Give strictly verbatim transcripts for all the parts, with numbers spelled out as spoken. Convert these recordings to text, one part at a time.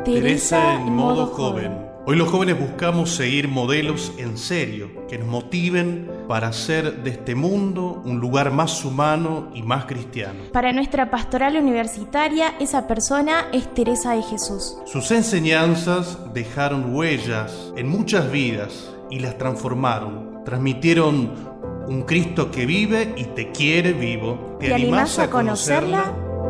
Teresa en modo joven. Hoy los jóvenes buscamos seguir modelos en serio, que nos motiven para hacer de este mundo un lugar más humano y más cristiano. Para nuestra pastoral universitaria, esa persona es Teresa de Jesús. Sus enseñanzas dejaron huellas en muchas vidas y las transformaron. Transmitieron un Cristo que vive y te quiere vivo. ¿Te, ¿Te animás a conocerla?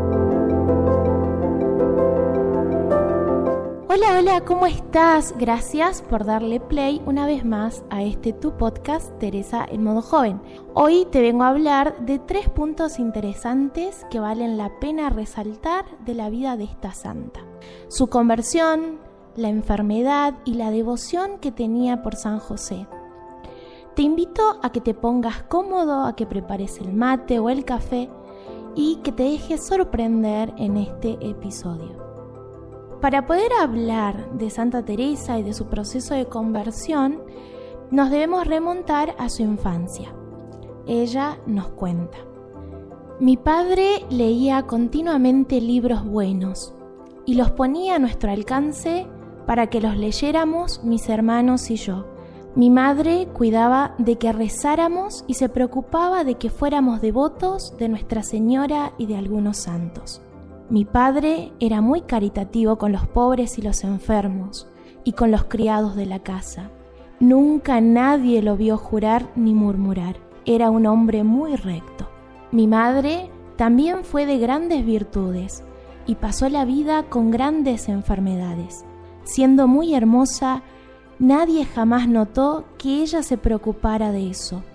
Hola, hola, ¿cómo estás? Gracias por darle play una vez más a este tu podcast, Teresa en modo joven. Hoy te vengo a hablar de tres puntos interesantes que valen la pena resaltar de la vida de esta santa. Su conversión, la enfermedad y la devoción que tenía por San José. Te invito a que te pongas cómodo, a que prepares el mate o el café y que te dejes sorprender en este episodio. Para poder hablar de Santa Teresa y de su proceso de conversión, nos debemos remontar a su infancia. Ella nos cuenta: mi padre leía continuamente libros buenos y los ponía a nuestro alcance para que los leyéramos mis hermanos y yo. Mi madre cuidaba de que rezáramos y se preocupaba de que fuéramos devotos de Nuestra Señora y de algunos santos. Mi padre era muy caritativo con los pobres y los enfermos y con los criados de la casa. Nunca nadie lo vio jurar ni murmurar. Era un hombre muy recto. Mi madre también fue de grandes virtudes y pasó la vida con grandes enfermedades. Siendo muy hermosa, nadie jamás notó que ella se preocupara de eso.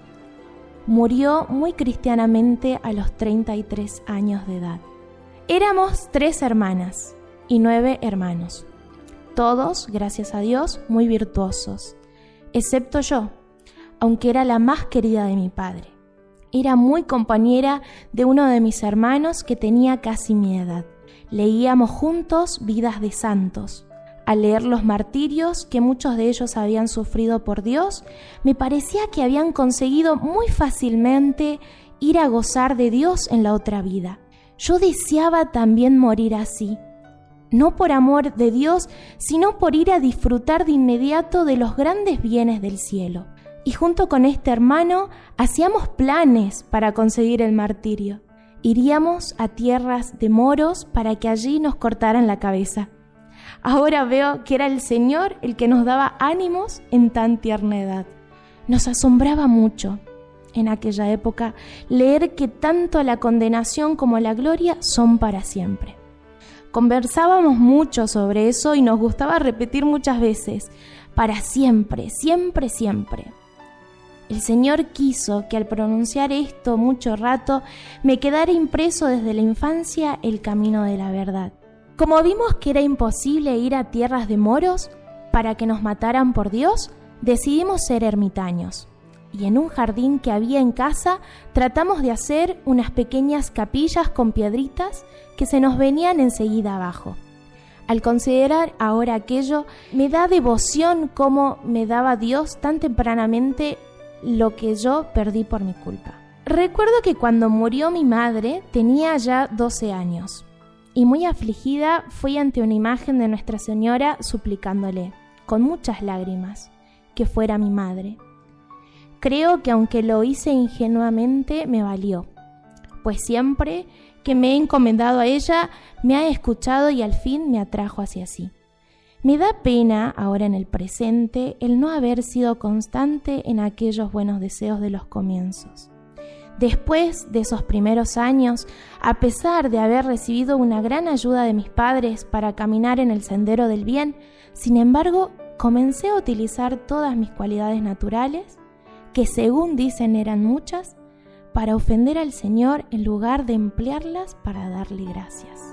Murió muy cristianamente a los treinta y tres años de edad. Éramos tres hermanas y nueve hermanos, todos, gracias a Dios, muy virtuosos, excepto yo, aunque era la más querida de mi padre. Era muy compañera de uno de mis hermanos que tenía casi mi edad. Leíamos juntos vidas de santos. Al leer los martirios que muchos de ellos habían sufrido por Dios, me parecía que habían conseguido muy fácilmente ir a gozar de Dios en la otra vida. Yo deseaba también morir así, no por amor de Dios, sino por ir a disfrutar de inmediato de los grandes bienes del cielo. Y junto con este hermano hacíamos planes para conseguir el martirio. Iríamos a tierras de moros para que allí nos cortaran la cabeza. Ahora veo que era el Señor el que nos daba ánimos en tan tierna edad. Nos asombraba mucho en aquella época leer que tanto la condenación como la gloria son para siempre. Conversábamos mucho sobre eso y nos gustaba repetir muchas veces: para siempre, siempre, siempre. El Señor quiso que al pronunciar esto mucho rato me quedara impreso desde la infancia el camino de la verdad. Como vimos que era imposible ir a tierras de moros para que nos mataran por Dios, decidimos ser ermitaños. Y en un jardín que había en casa tratamos de hacer unas pequeñas capillas con piedritas que se nos venían enseguida abajo. Al considerar ahora aquello, me da devoción cómo me daba Dios tan tempranamente lo que yo perdí por mi culpa. Recuerdo que cuando murió mi madre tenía ya doce años y muy afligida fui ante una imagen de Nuestra Señora suplicándole, con muchas lágrimas, que fuera mi madre. Creo que aunque lo hice ingenuamente, me valió, pues siempre que me he encomendado a ella, me ha escuchado y al fin me atrajo hacia sí. Me da pena, ahora en el presente, el no haber sido constante en aquellos buenos deseos de los comienzos. Después de esos primeros años, a pesar de haber recibido una gran ayuda de mis padres para caminar en el sendero del bien, sin embargo, comencé a utilizar todas mis cualidades naturales, que según dicen eran muchas, para ofender al Señor en lugar de emplearlas para darle gracias.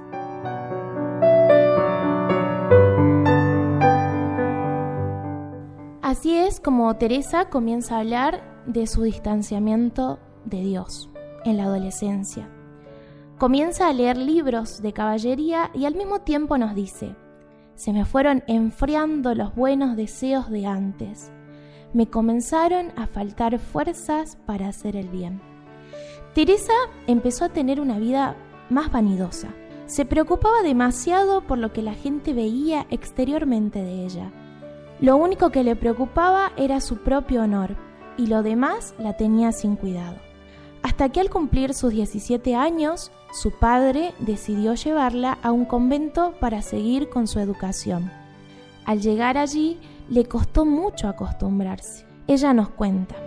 Así es como Teresa comienza a hablar de su distanciamiento de Dios en la adolescencia. Comienza a leer libros de caballería y al mismo tiempo nos dice: se me fueron enfriando los buenos deseos de antes. Me comenzaron a faltar fuerzas para hacer el bien. Teresa empezó a tener una vida más vanidosa. Se preocupaba demasiado por lo que la gente veía exteriormente de ella. Lo único que le preocupaba era su propio honor, y lo demás la tenía sin cuidado. Hasta que al cumplir sus diecisiete años, su padre decidió llevarla a un convento para seguir con su educación. Al llegar allí, le costó mucho acostumbrarse. Ella nos cuenta: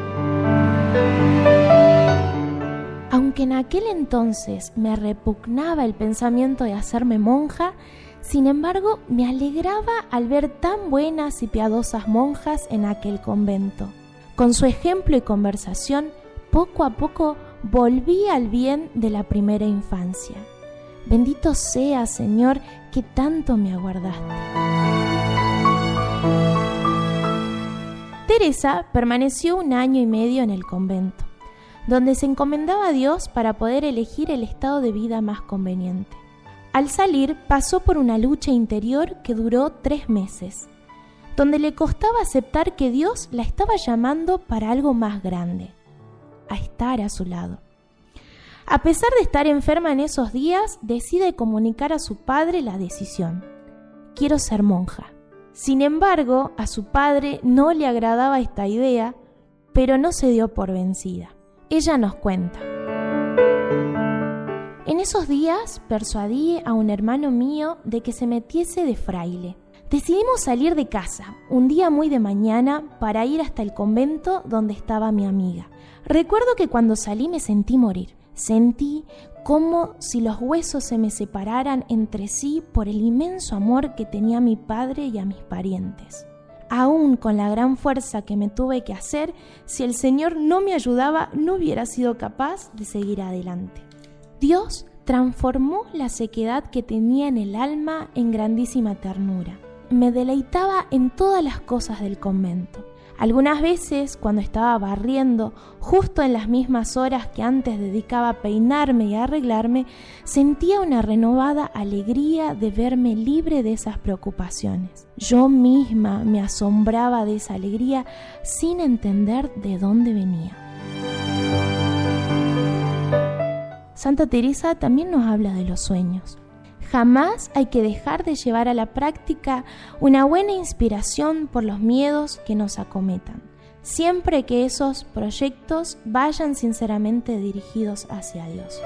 aunque en aquel entonces me repugnaba el pensamiento de hacerme monja, sin embargo, me alegraba al ver tan buenas y piadosas monjas en aquel convento. Con su ejemplo y conversación, poco a poco volví al bien de la primera infancia. Bendito sea, Señor, que tanto me aguardaste. Teresa permaneció un año y medio en el convento, donde se encomendaba a Dios para poder elegir el estado de vida más conveniente. Al salir, pasó por una lucha interior que duró tres meses, donde le costaba aceptar que Dios la estaba llamando para algo más grande, a estar a su lado. A pesar de estar enferma en esos días, decide comunicar a su padre la decisión: quiero ser monja. Sin embargo, a su padre no le agradaba esta idea, pero no se dio por vencida. Ella nos cuenta: en esos días persuadí a un hermano mío de que se metiese de fraile. Decidimos salir de casa un día muy de mañana para ir hasta el convento donde estaba mi amiga. Recuerdo que cuando salí me sentí morir. Sentí como si los huesos se me separaran entre sí por el inmenso amor que tenía a mi padre y a mis parientes. Aún con la gran fuerza que me tuve que hacer, si el Señor no me ayudaba, no hubiera sido capaz de seguir adelante. Dios transformó la sequedad que tenía en el alma en grandísima ternura. Me deleitaba en todas las cosas del convento. Algunas veces, cuando estaba barriendo, justo en las mismas horas que antes dedicaba a peinarme y a arreglarme, sentía una renovada alegría de verme libre de esas preocupaciones. Yo misma me asombraba de esa alegría sin entender de dónde venía. Santa Teresa también nos habla de los sueños. Jamás hay que dejar de llevar a la práctica una buena inspiración por los miedos que nos acometan, siempre que esos proyectos vayan sinceramente dirigidos hacia Dios.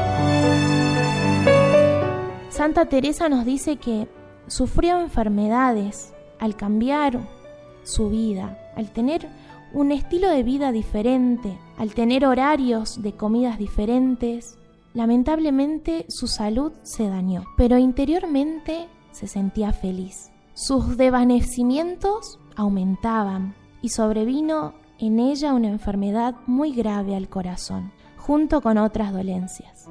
Santa Teresa nos dice que sufrió enfermedades al cambiar su vida, al tener un estilo de vida diferente, al tener horarios de comidas diferentes. Lamentablemente su salud se dañó, pero interiormente se sentía feliz. Sus desvanecimientos aumentaban y sobrevino en ella una enfermedad muy grave al corazón, junto con otras dolencias.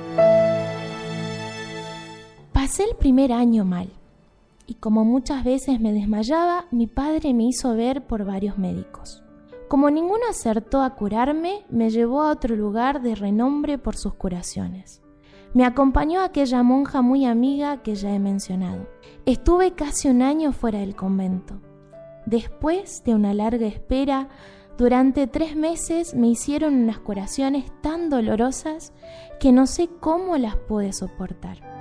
Pasé el primer año mal y como muchas veces me desmayaba, mi padre me hizo ver por varios médicos. Como ninguno acertó a curarme, me llevó a otro lugar de renombre por sus curaciones. Me acompañó aquella monja muy amiga que ya he mencionado. Estuve casi un año fuera del convento. Después de una larga espera, durante tres meses me hicieron unas curaciones tan dolorosas que no sé cómo las pude soportar.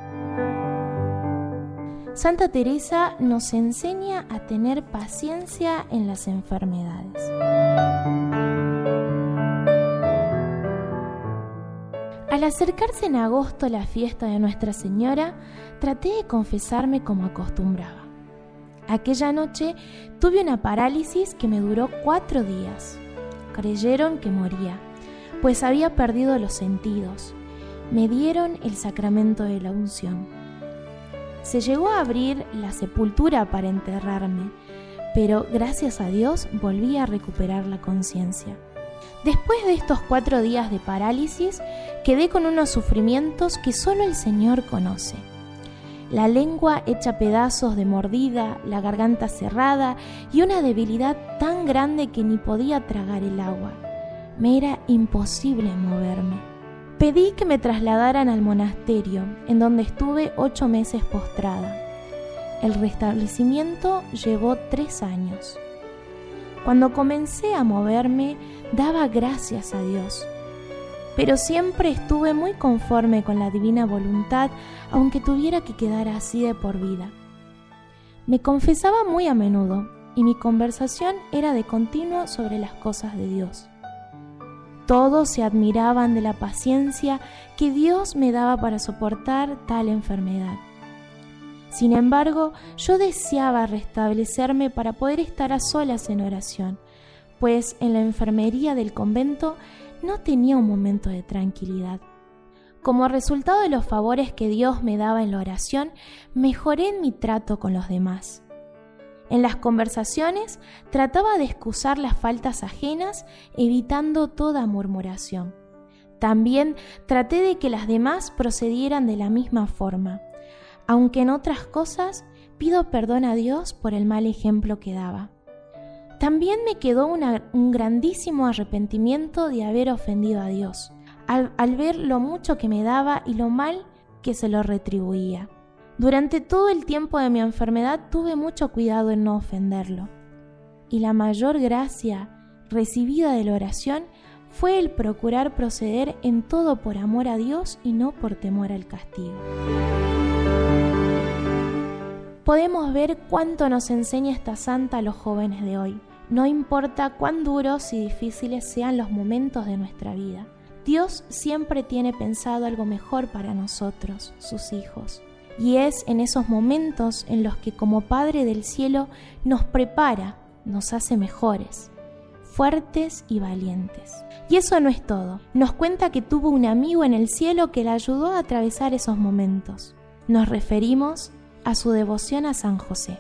Santa Teresa nos enseña a tener paciencia en las enfermedades. Al acercarse en agosto la fiesta de Nuestra Señora, traté de confesarme como acostumbraba. Aquella noche tuve una parálisis que me duró cuatro días. Creyeron que moría, pues había perdido los sentidos. Me dieron el sacramento de la unción. Se llegó a abrir la sepultura para enterrarme, pero gracias a Dios volví a recuperar la conciencia. Después de estos cuatro días de parálisis, quedé con unos sufrimientos que solo el Señor conoce. La lengua hecha pedazos de mordida, la garganta cerrada y una debilidad tan grande que ni podía tragar el agua. Me era imposible moverme. Pedí que me trasladaran al monasterio, en donde estuve ocho meses postrada. El restablecimiento llevó tres años. Cuando comencé a moverme, daba gracias a Dios. pero siempre estuve muy conforme con la divina voluntad, aunque tuviera que quedar así de por vida. Me confesaba muy a menudo, y mi conversación era de continuo sobre las cosas de Dios. Todos se admiraban de la paciencia que Dios me daba para soportar tal enfermedad. Sin embargo, yo deseaba restablecerme para poder estar a solas en oración, pues en la enfermería del convento no tenía un momento de tranquilidad. Como resultado de los favores que Dios me daba en la oración, mejoré en mi trato con los demás. En las conversaciones trataba de excusar las faltas ajenas, evitando toda murmuración. También traté de que las demás procedieran de la misma forma, aunque en otras cosas pido perdón a Dios por el mal ejemplo que daba. También me quedó una, un grandísimo arrepentimiento de haber ofendido a Dios, al, al ver lo mucho que me daba y lo mal que se lo retribuía. Durante todo el tiempo de mi enfermedad tuve mucho cuidado en no ofenderlo, y la mayor gracia recibida de la oración fue el procurar proceder en todo por amor a Dios y no por temor al castigo. Podemos ver cuánto nos enseña esta santa a los jóvenes de hoy. No importa cuán duros y difíciles sean los momentos de nuestra vida, Dios siempre tiene pensado algo mejor para nosotros, sus hijos. Y es en esos momentos en los que como Padre del Cielo nos prepara, nos hace mejores, fuertes y valientes. Y eso no es todo. Nos cuenta que tuvo un amigo en el cielo que le ayudó a atravesar esos momentos. Nos referimos a su devoción a San José.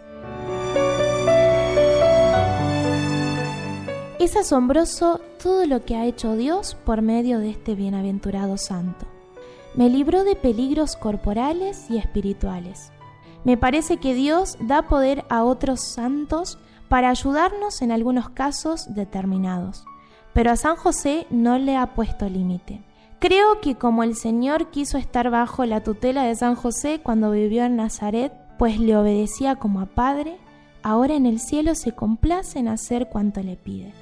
Es asombroso todo lo que ha hecho Dios por medio de este bienaventurado santo. Me libró de peligros corporales y espirituales. Me parece que Dios da poder a otros santos para ayudarnos en algunos casos determinados, pero a San José no le ha puesto límite. Creo que como el Señor quiso estar bajo la tutela de San José cuando vivió en Nazaret, pues le obedecía como a padre, ahora en el cielo se complace en hacer cuanto le pide.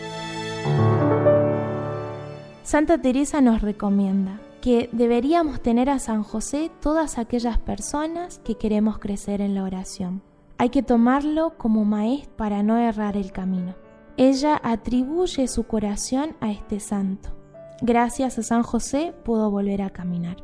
Santa Teresa nos recomienda que deberíamos tener a San José todas aquellas personas que queremos crecer en la oración. Hay que tomarlo como maestro para no errar el camino. Ella atribuye su curación a este santo. Gracias a San José pudo volver a caminar.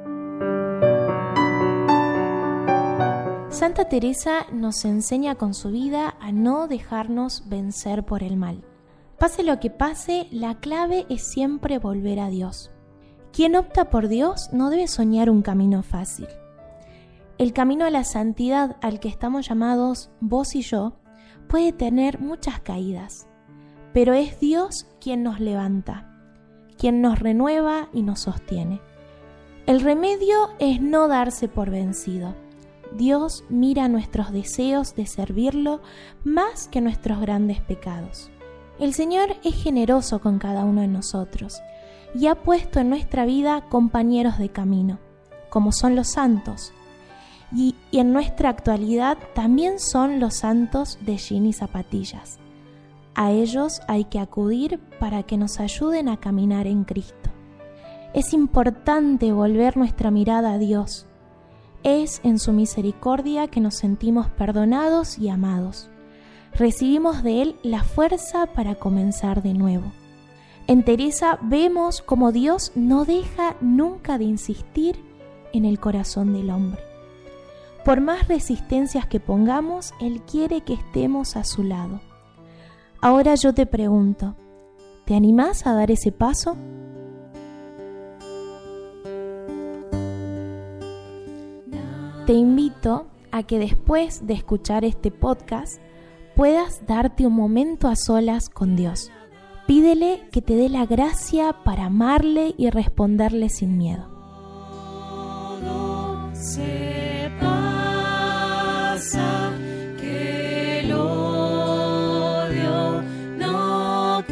Santa Teresa nos enseña con su vida a no dejarnos vencer por el mal. Pase lo que pase, la clave es siempre volver a Dios. Quien opta por Dios no debe soñar un camino fácil. El camino a la santidad al que estamos llamados vos y yo puede tener muchas caídas, pero es Dios quien nos levanta, quien nos renueva y nos sostiene. El remedio es no darse por vencido. Dios mira nuestros deseos de servirlo más que nuestros grandes pecados. El Señor es generoso con cada uno de nosotros y ha puesto en nuestra vida compañeros de camino, como son los santos, y, y en nuestra actualidad también son los santos de jean y zapatillas. A ellos hay que acudir para que nos ayuden a caminar en Cristo. Es importante volver nuestra mirada a Dios. Es en su misericordia que nos sentimos perdonados y amados. Recibimos de Él la fuerza para comenzar de nuevo. En Teresa vemos cómo Dios no deja nunca de insistir en el corazón del hombre. Por más resistencias que pongamos, Él quiere que estemos a su lado. Ahora yo te pregunto, ¿te animás a dar ese paso? Te invito a que después de escuchar este podcast puedas darte un momento a solas con Dios. Pídele que te dé la gracia para amarle y responderle sin miedo. Todo se pasa, que el odio no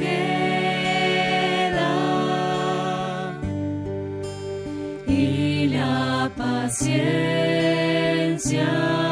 queda y la paciencia